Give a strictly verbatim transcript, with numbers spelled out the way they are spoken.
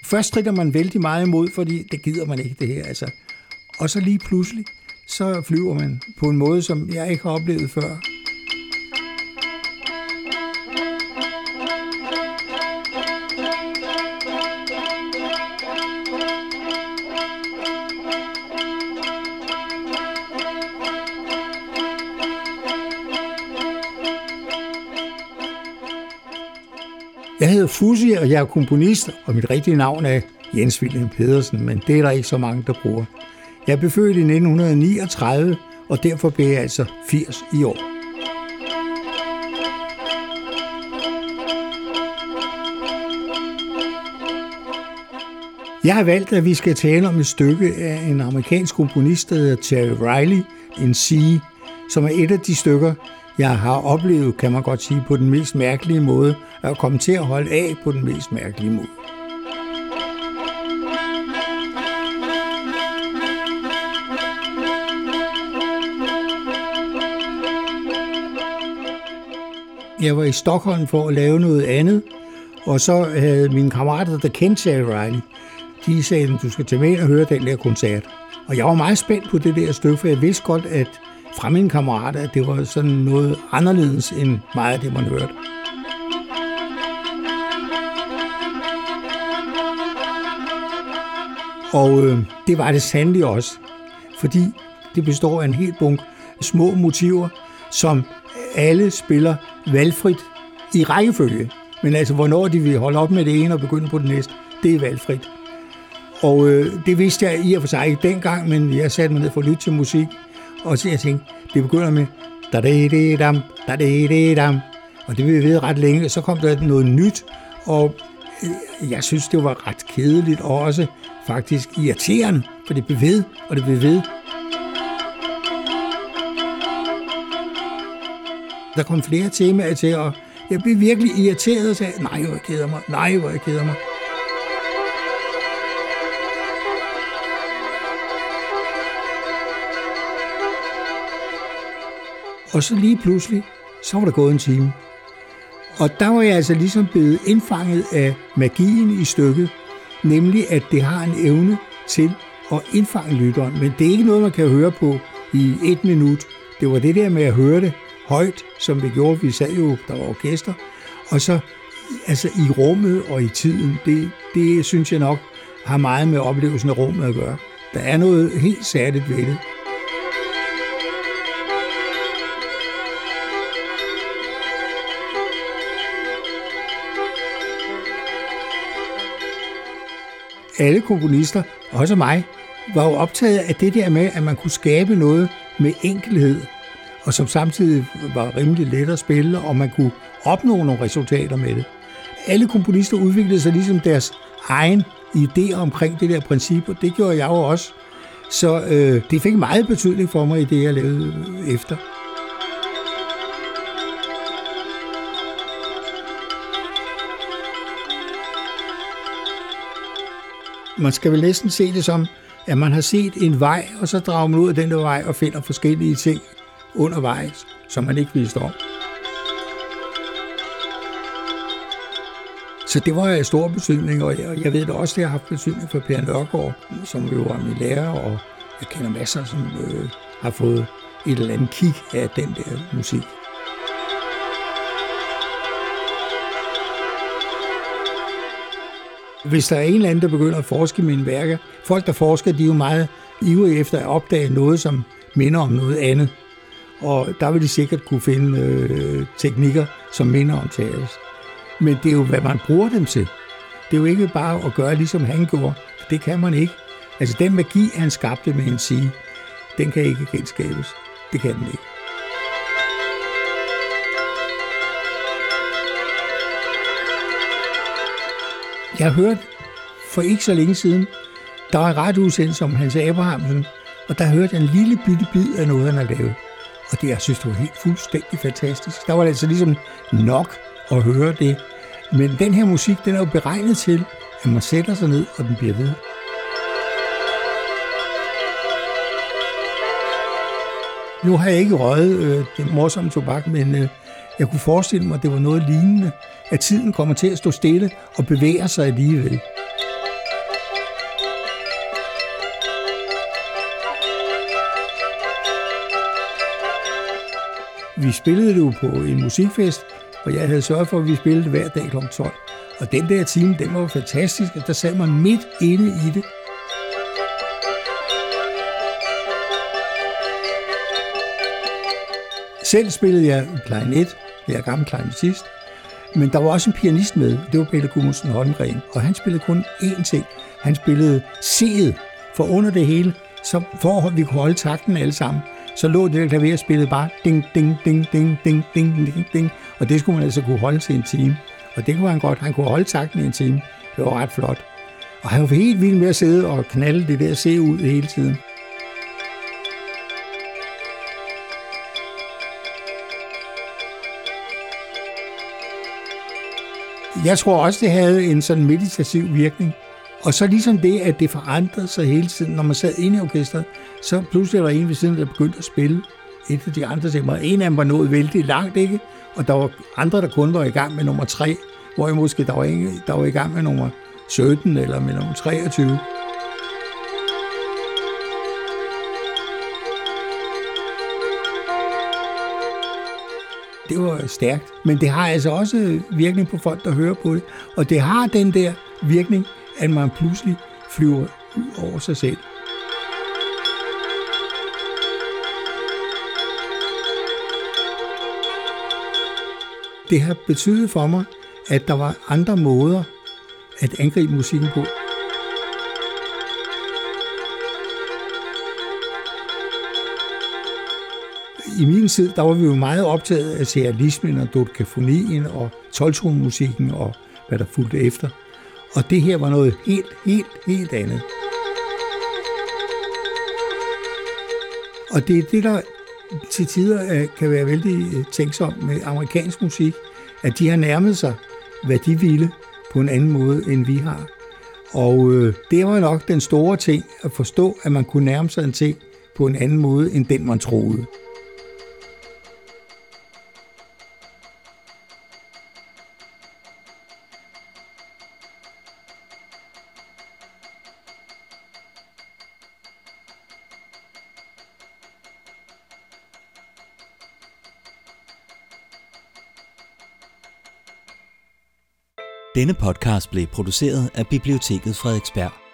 Først stritter man vældig meget imod, fordi det gider man ikke det her. Altså. Og så lige pludselig, så flyver man på en måde, som jeg ikke har oplevet før. Jeg hedder Fuzzy, og jeg er komponist, og mit rigtige navn er Jens Wilhelm Pedersen, men det er der ikke så mange, der bruger. Jeg blev født i nitten niogtredive, og derfor blev jeg altså firs i år. Jeg har valgt, at vi skal tale om et stykke af en amerikansk komponist, der hedder Terry Riley, en Sea, som er et af de stykker, jeg har oplevet, kan man godt sige, på den mest mærkelige måde, og komme til at holde af på den mest mærkelige måde. Jeg var i Stockholm for at lave noget andet, og så havde mine kammerater, der kendte Terry Riley, de sagde, at du skal tage med og høre den der koncert. Og jeg var meget spændt på det der stykke, for jeg vidste godt, at fra mine kammerater, at det var sådan noget anderledes end meget af det, man hørte. Og øh, det var det sandelig også, fordi det består af en hel bunke små motiver, som alle spiller valgfrit i rækkefølge. Men altså, hvornår de vil holde op med det ene og begynde på det næste, det er valgfrit. Og øh, det vidste jeg i og for sig ikke dengang, men jeg satte mig ned for at lytte til musik, og så jeg tænkte, det begynder med da-da-da-dam, da-da-da-dam, og det vil vi vide ret længe. Så kom der noget nyt, og øh, jeg synes, det var ret kedeligt, og også faktisk irriterende, for det blev ved, og det blev ved. Der kom flere temaer til, og jeg blev virkelig irriteret og sagde, nej, hvor jeg keder mig, nej, hvor jeg keder mig. Og så lige pludselig, så var der gået en time. Og der var jeg altså ligesom blevet indfanget af magien i stykket, nemlig at det har en evne til at indfange lytteren. Men det er ikke noget, man kan høre på i et minut. Det var det der med at høre det højt, som vi gjorde. Vi sad jo, der var orkester. Og så altså i rummet og i tiden, det, det synes jeg nok har meget med oplevelsen af rummet at gøre. Der er noget helt særligt ved det. Alle komponister, også mig, var jo optaget af det der med, at man kunne skabe noget med enkelhed, og som samtidig var rimelig let at spille, og man kunne opnå nogle resultater med det. Alle komponister udviklede sig ligesom deres egen idé omkring det der princip, og det gjorde jeg jo også. Så øh, det fik meget betydning for mig i det, jeg lavede efter. Man skal vel næsten se det som, at man har set en vej, og så drager man ud af den der vej og finder forskellige ting undervejs, som man ikke vidste om. Så det var af stor betydning, og jeg, jeg ved da også, at det har haft betydning for Per Nørgaard, som jo var min lærer, og jeg kender masser, som øh, har fået et eller andet kig af den der musik. Hvis der er en eller anden, der begynder at forske i mine værker, folk, der forsker, de er jo meget ivrige efter at opdage noget, som minder om noget andet. Og der vil de sikkert kunne finde øh, teknikker, som minder om teaters. Men det er jo, hvad man bruger dem til. Det er jo ikke bare at gøre, ligesom han gjorde. Det kan man ikke. Altså, den magi, han skabte med en sige, den kan ikke genskabes. Det kan den ikke. Jeg hørte for ikke så længe siden, der var en radioudsendelse om Hans Abrahamsen, og der hørte jeg en lille bitte bid af noget, han har lavet. Og det, jeg synes, det var helt fuldstændig fantastisk. Der var det altså ligesom nok at høre det. Men den her musik, den er jo beregnet til, at man sætter sig ned, og den bliver ved. Nu har jeg ikke røget øh, den morsomme tobak, men øh, jeg kunne forestille mig, at det var noget lignende, at tiden kommer til at stå stille og bevæge sig alligevel. vi spillede det jo på en musikfest, og jeg havde sørget for, at vi spillede det hver dag klokken tolv. Og den der time, den var jo fantastisk, og der sad man midt inde i det. Selv spillede jeg klarinet, jeg er gammel klarinetist, men der var også en pianist med, det var Pelle Gudmundsen Holmgren, og han spillede kun én ting. Han spillede C'et, for under det hele, så for at vi kunne holde takten alle sammen, så lå det der klaver og spillede bare ding, ding, ding, ding, ding, ding, ding, ding, og det skulle man altså kunne holde til en time. Og det kunne han godt, han kunne holde takten i en time. Det var ret flot. Og han var helt vild med at sidde og knalde det der C ud hele tiden. Jeg tror også, det havde en sådan meditativ virkning. Og så ligesom det, at det forandrede sig hele tiden. Når man sad inde i orkestret, så pludselig var der en ved siden, der begyndte at spille. Et af de andre sagde mig, en af dem var nået vældig langt, ikke? Og der var andre, der kun var i gang med nummer tre, hvor jeg måske der var, ikke, der var i gang med nummer sytten eller med nummer treogtyve. Det var stærkt, men det har altså også virkning på folk, der hører på det. Og det har den der virkning, at man pludselig flyver ud over sig selv. Det har betydet for mig, at der var andre måder at angribe musikken på. I min tid, der var vi jo meget optaget af serialismen og dodecafonien og tolv-tonemusikken og hvad der fulgte efter. Og det her var noget helt, helt, helt andet. Og det er det, der til tider kan være vældig tænksomt med amerikansk musik, at de har nærmet sig, hvad de ville, på en anden måde, end vi har. Og øh, det var nok den store ting, at forstå, at man kunne nærme sig en ting på en anden måde, end den man troede. Denne podcast blev produceret af Biblioteket Frederiksberg.